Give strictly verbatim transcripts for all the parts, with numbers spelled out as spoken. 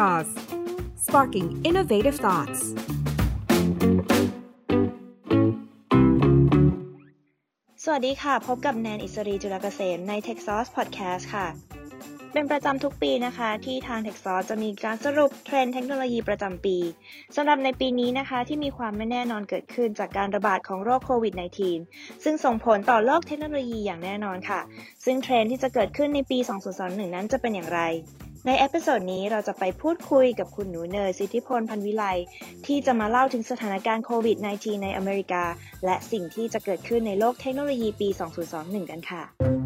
Sauce Sparking Innovative Thoughts สวัสดีค่ะพบกับแนนอิสรีจุลเกษมใน Tech Sauce Podcast ค่ะเป็นประจำทุกปีนะคะที่ทาง Tech Sauce จะมีการสรุปเทรนด์เทคโนโลยีประจำปีสำหรับในปีนี้นะคะที่มีความไม่แน่นอนเกิดขึ้นจากการระบาดของโรคโควิด สิบเก้า ซึ่งส่งผลต่อโลกเทคโนโลยีอย่างแน่นอนค่ะซึ่งเทรนด์ที่จะเกิดขึ้นในปี สองพันยี่สิบเอ็ด นั้นจะเป็นอย่างไรในเอพิโซดนี้เราจะไปพูดคุยกับคุณหนูเนยสิทธิพลพันวิไลที่จะมาเล่าถึงสถานการณ์โควิด สิบเก้า ในอเมริกาและสิ่งที่จะเกิดขึ้นในโลกเทคโนโลยีปี สองพันยี่สิบเอ็ด กันค่ะ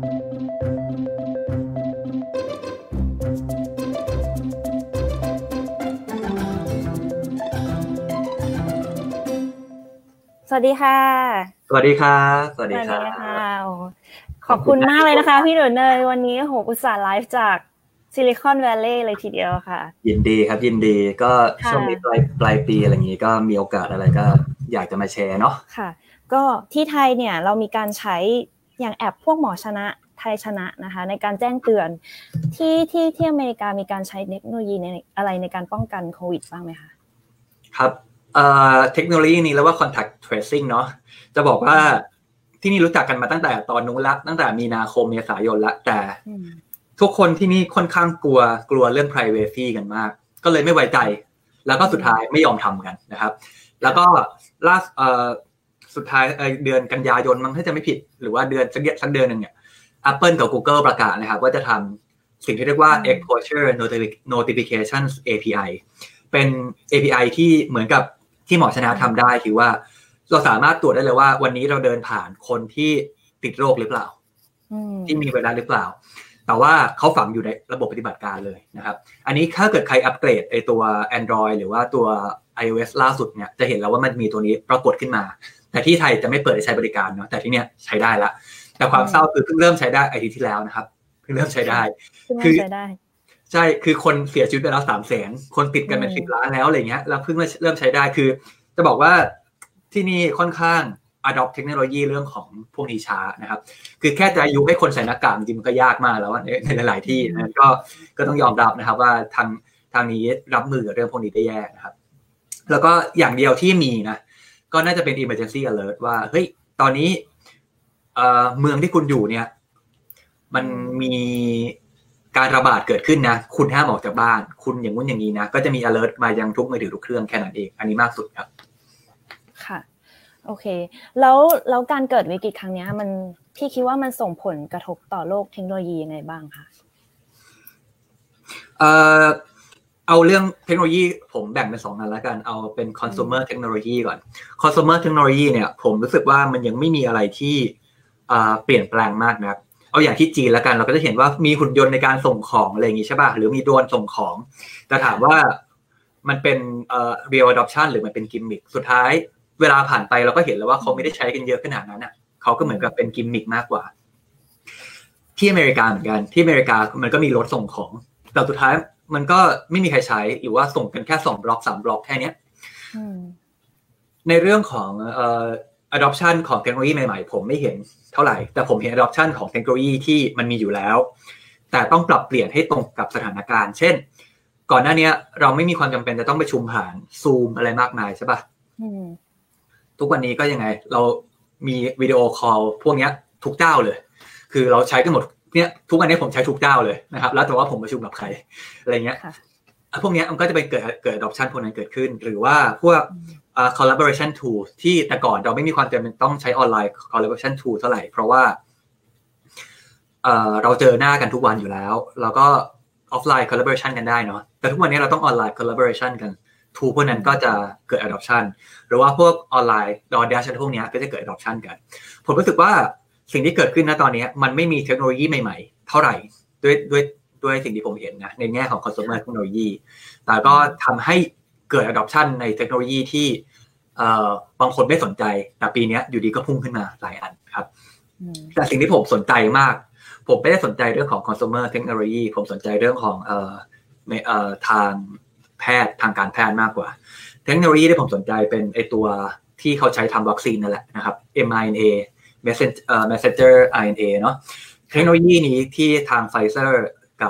สวัสดีค่ะสวัสดีครับสวัสดีครับขอบคุณมากเลยนะคะพี่หนูเนยวันนี้โหอุตส่าห์ไลฟ์จากซิลิคอนแวลลีย์เลยทีเดียวค่ะยินดีครับยินดีก็ช่วงนี้ปลายปลายปีอะไรอย่างนี้ก็มีโอกาสอะไรก็อยากจะมาแชร์เนาะค่ะก็ที่ไทยเนี่ยเรามีการใช้อย่างแอปพวกหมอชนะไทยชนะนะคะในการแจ้งเตือนที่ที่ที่อเมริกามีการใช้เทคโนโลยีในอะไรในการป้องกันโควิดบ้างไหมคะครับเอ่อเทคโนโลยีนี้เรียกว่า contact tracing เนาะจะบอกว่าที่นี่รู้จักกันมาตั้งแต่ตอนนู้นละตั้งแต่มีนาคมเมษายนละแต่ทุกคนที่นี่ค่อนข้างกลัวกลัวเรื่อง privacy กันมากก็เลยไม่ไว้ใจแล้วก็สุดท้ายไม่ยอมทำกันนะครับแล้วก็ล่าเอ่อสุดท้ายเดือนกันยายนมั้งถ้าจะไม่ผิดหรือว่าเดือนสักสักเดือนนึงเนี่ย Apple กับ Google ประกาศนะครับว่าจะทำสิ่งที่เรียกว่า Exposure Notifications เอ พี ไอ เป็น เอ พี ไอ ที่เหมือนกับที่หมอชนะทำได้คือว่าเราสามารถตรวจได้เลยว่าวันนี้เราเดินผ่านคนที่ติดโรคหรือเปล่าที่มีไวรัสหรือเปล่าแต่ว่าเขาฝังอยู่ในระบบปฏิบัติการเลยนะครับอันนี้ถ้าเกิดใครอัปเกรดไอตัว Android หรือว่าตัว iOS ล่าสุดเนี่ยจะเห็นแล้วว่ามันมีตัวนี้ปรากฏขึ้นมาแต่ที่ไทยจะไม่เปิดให้ใช้บริการเนาะแต่ที่เนี้ยใช้ได้ละแต่ความเศร้าคือเพิ่งเริ่มใช้ได้อาทิตย์ที่แล้วนะครับเพิ่งเริ่มใช้ได้คือใช่คือคนเสียชีวิตไปแล้ว สามแสน คนติดกันเป็นสิบล้านแล้วอะไรเงี้ยแล้วเพิ่งเริ่มใช้ได้คือจะบอกว่าที่นี่ค่อนข้าง adopt เทคโนโลยีเรื่องของพวกนี้ช้านะครับคือแค่จะยุให้คนใส่หน้ากากจริงมันก็ยากมากแล้วในหลายๆที่นะก็ก็ต้องยอมรับนะครับว่าทางทางนี้รับมือกับเรื่องพวกนี้ได้แย่นะครับแล้วก็อย่างเดียวที่มีนะก็น่าจะเป็น emergency alert ว่าเฮ้ยตอนนี้เอ่อเมืองที่คุณอยู่เนี่ยมันมีการระบาดเกิดขึ้นนะคุณห้ามออกจากบ้านคุณอย่างงู้นอย่างนี้นะก็จะมี alert มายังทุกมือถือทุกเครื่องแค่นั้นเองอันนี้มากสุดครับค่ะโอเคแล้วแล้วการเกิดวิกฤตครั้งนี้มันพี่คิดว่ามันส่งผลกระทบต่อโลกเทคโนโลยียังไงบ้างคะเอ่อเอาเรื่องเทคโนโลยีผมแบ่งเป็นสองอันแล้วกันเอาเป็น consumer technology ก่อน consumer technology เนี่ยผมรู้สึกว่ามันยังไม่มีอะไรที่อ่าเปลี่ยนแปลงมากนักเอาอย่างที่จีนแล้วกันเราก็จะเห็นว่ามีหุ่นยนต์ในการส่งของอะไรอย่างงี้ใช่ป่ะหรือมีโดรนส่งของแต่ถามว่ามันเป็นเอ่อ real adoption หรือมันเป็นกิมมิคสุดท้ายเวลาผ่านไปเราก็เห็นแล้วว่าเขาไม่ได้ใช้กันเยอะขนาดนั้นอ่ะเขาก็เหมือนกับเป็นกิมมิคมากกว่าที่อเมริกาเหมือนกันที่อเมริกามันก็มีรถส่งของแต่สุดท้ายมันก็ไม่มีใครใช้หรือว่าส่งกันแค่สองบล็อกสามบล็อกแค่เนี้ยในเรื่องของเอ่อ adoption ของเทคโนโลยีใหม่ๆผมไม่เห็นเท่าไหร่แต่ผมเห็น adoption ของเทคโนโลยีที่มันมีอยู่แล้วแต่ต้องปรับเปลี่ยนให้ตรงกับสถานการณ์เช่นก่อนหน้านี้เราไม่มีความจำเป็นจะต้องประชุมผ่าน Zoom อะไรมากมายใช่ป่ะทุกวันนี้ก็ยังไงเรามีวิดีโอคอลพวกนี้ทุกเจ้าเลยคือเราใช้กันหมดเนี่ยทุกวันนี้ผมใช้ทุกเจ้าเลยนะครับแล้วแต่ว่าผมประชุมกับใครอะไรเงี้ยพวกนี้มันก็จะไปเกิดเกิด adoption พวกนั้นเกิดขึ้นหรือว่าพวก uh, collaboration tool ที่แต่ก่อนเราไม่มีความจำเป็นต้องใช้ออนไลน์ collaboration tool เท่าไหร่เพราะว่าเอ่อเราเจอหน้ากันทุกวันอยู่แล้วแล้วก็ offline collaboration กันได้เนาะแต่ทุกวันนี้เราต้อง online collaboration กันทูพวกนั้นก็จะเกิด adoption หรือว่าพวกออนไลน์ DoorDash พวกนี้ก็จะเกิด adoption กันผมรู้สึกว่าสิ่งที่เกิดขึ้นณตอนนี้มันไม่มีเทคโนโลยีใหม่ๆเท่าไหร่ด้วยด้วยด้วยสิ่งที่ผมเห็นนะในแง่ของ consumer technology แต่ก็ทำให้เกิด adoption ในเทคโนโลยีที่เอ่อบางคนไม่สนใจแต่ปีนี้อยู่ดีก็พุ่งขึ้นมาหลายอันครับแต่สิ่งที่ผมสนใจมากผมไม่ได้สนใจเรื่องของ consumer technology ผมสนใจเรื่องของเอ่อเอ่อทางแพทย์ทางการแพทย์มากกว่าเทคโนโลยีที่ผมสนใจเป็นไอตัวที่เขาใช้ทำวัคซีนนั่นแหละนะครับ เอ็ม อาร์ เอ็น เอ Messenger อาร์ เอ็น เอ เนาะเทคโนโลยีนี้ที่ทาง Pfizer กับ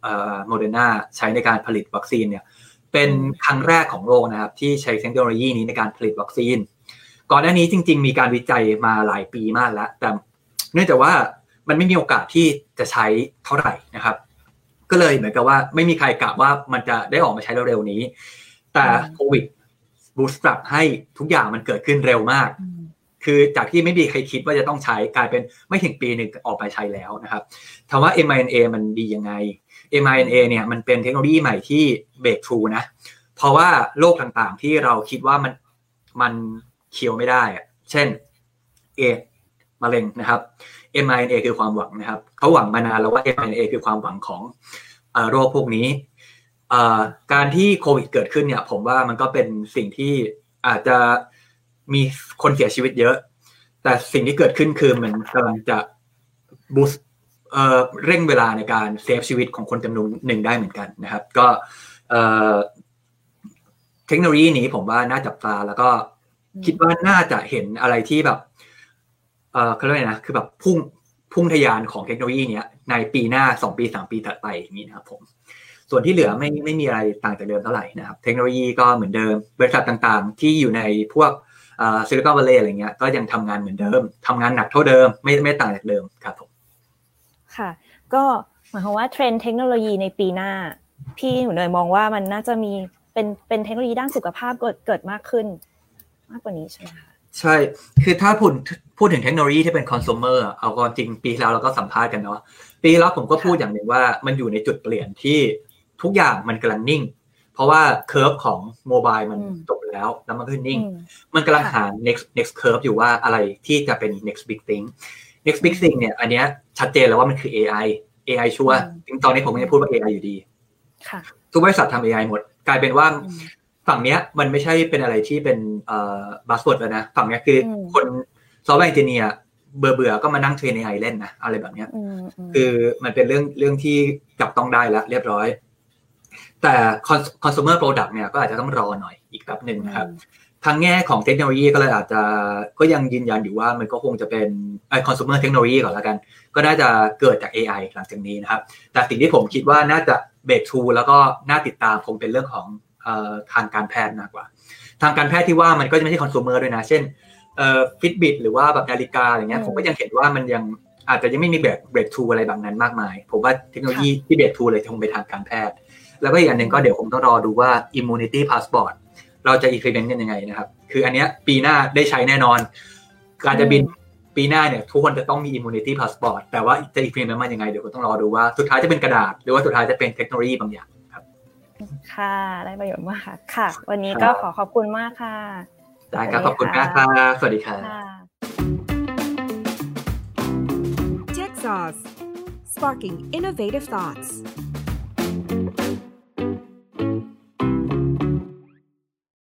เอ่อ Moderna ใช้ในการผลิตวัคซีนเนี่ยเป็นครั้งแรกของโลกนะครับที่ใช้เทคโนโลยีนี้ในการผลิตวัคซีนก่อนหน้านี้จริงๆมีการวิจัยมาหลายปีมากแล้วแต่เนื่องจากว่ามันไม่มีโอกาสที่จะใช้เท่าไหร่นะครับก็เลยเหมือนกับว่าไม่มีใครกะว่ามันจะได้ออกมาใช้เร็วๆนี้แต่โควิดบูสต์อัพให้ทุกอย่างมันเกิดขึ้นเร็วมากคือจากที่ไม่มีใครคิดว่าจะต้องใช้กลายเป็นไม่ถึงปีหนึ่งออกไปใช้แล้วนะครับถามว่า เอ็ม ไอ เอ็น เอ มันดียังไง เอ็ม ไอ เอ็น เอ เนี่ยมันเป็นเทคโนโลยีใหม่ที่เบรกทรูนะเพราะว่าโรคต่างๆที่เราคิดว่ามันมันเคียวไม่ได้อะเช่นเอดส์มะเร็งนะครับ เอ็ม ไอ เอ็น เอ คือความหวังนะครับเขาหวังมานานแล้วว่า เอ็ม ไอ เอ็น เอ คือความหวังของเอ่อโรคพวกนี้เอ่อการที่โควิดเกิดขึ้นเนี่ยผมว่ามันก็เป็นสิ่งที่อาจจะมีคนเสียชีวิตเยอะแต่สิ่งที่เกิดขึ้นคือมันกำลังจะบูสต์เอ่อเร่งเวลาในการเซฟชีวิตของคนจำนวนหนึ่งได้เหมือนกันนะครับก็เอ่อเทคโนโลยีนี้ผมว่าน่าจับตาแล้วก็คิดว่าน่าจะเห็นอะไรที่แบบเอ่อเขาเรียกอะไรนะคือแบบพุ่งพุ่งทะยานของเทคโนโลยีเนี้ยในปีหน้าสองปีสามปีถัดไปอย่างนี้นะครับผมส่วนที่เหลือไม่ไม่มีอะไรต่างจากเดิมเท่าไหร่นะครับเทคโนโลยีก็เหมือนเดิมบริษัทต่างๆที่อยู่ในพวกเอ่อซิลิคอนวัลเลย์อะไรเงี้ยก็ยังทำงานเหมือนเดิมทำงานหนักเท่าเดิมไม่ไม่ต่างจากเดิมครับผมค่ะก็หมายความว่าเทรนด์เทคโนโลยีในปีหน้าพี่หนูเนยมองว่ามันน่าจะมีเป็นเป็นเทคโนโลยีด้านสุขภาพเกิดเกิดมากขึ้นมากกว่านี้ใช่ไหมคะใช่คือถ้าพูดพูดถึงเทคโนโลยีที่เป็นคอน sumer เอาความจริงปีแล้วเราก็สัมภาษณ์กันเนาะปีแล้วผมก็พูดอย่างหนึ่งว่ามันอยู่ในจุดเปลี่ยนที่ทุกอย่างมันกำลังนิ่งเพราะว่าเคอร์ฟของโมบายมันจบแล้วแล้วมันก็นิ่งมันกำลังหา next next curve อยู่ว่าอะไรที่จะเป็น next big thing next big thing เนี่ยอันเนี้ยชัดเจนแล้วว่ามันคือ เอ ไอ เอ ไอ ชัวร์ถึงตอนนี้ผมไม่ได้พูดว่า เอ ไอ อยู่ดีทุกบริษัททำ เอ ไอ หมดกลายเป็นว่าฝั่งเนี้ยมันไม่ใช่เป็นอะไรที่เป็นเอ่อ buzzword แล้วนะฝั่งเนี้ยคือคนซอฟต์แวร์เอนจิเนียร์เบื่อๆก็มานั่งเทรน เอ ไอ เล่นนะอะไรแบบเนี้ยคือมันเป็นเรื่องเรื่องที่จับต้องได้แล้วเรียบร้อยแต่ consumer product เนี่ยก็อาจจะต้องรอหน่อยอีกแป๊บนึงนะครับทางแง่ของเทคโนโลยีก็เลยอาจจะก็ยังยืนยันอยู่ว่ามันก็คงจะเป็นไอ้ consumer technology ก่อนแล้วกันก็น่าจะเกิดจาก เอ ไอ หลังจากนี้นะครับแต่สิ่งที่ผมคิดว่าน่าจะเบรกทรูแล้วก็น่าติดตามคงเป็นเรื่องของเอ่อทางการแพทย์มากกว่าทางการแพทย์ที่ว่ามันก็จะไม่ใช่ consumer ด้วยนะเช่นเอ่อ Fitbit หรือว่าแบบนาฬิกาอะไรเงี้ยผมก็ยังเห็นว่ามันยังอาจจะยังไม่มีเบรกเบรกทรูอะไรแบบนั้นมากมายผมว่าเทคโนโลยีที่เบรกทรูเลยคงไปทางการแพทย์แล้วก็อีกอันนึงก็เดี๋ยวคงต้องรอดูว่า immunity passport เราจะ implement กันยังไงนะครับคืออันเนี้ยปีหน้าได้ใช้แน่นอนการจะบินปีหน้าเนี่ยทุกคนจะต้องมี immunity passport แต่ว่าจะ implement มันยังไงเดี๋ยวก็ต้องรอดูว่าสุดท้ายจะเป็นกระดาษหรือว่าสุดท้ายจะเป็นเทคโนโลยีบางอย่างครับค่ะได้ประโยชน์มากค่ะค่ะวันนี้ก็ขอขอบคุณมากค่ะได้ครับขอบคุณมากครับสวัสดีครับ Tech Sauce Sparking Innovative Thoughts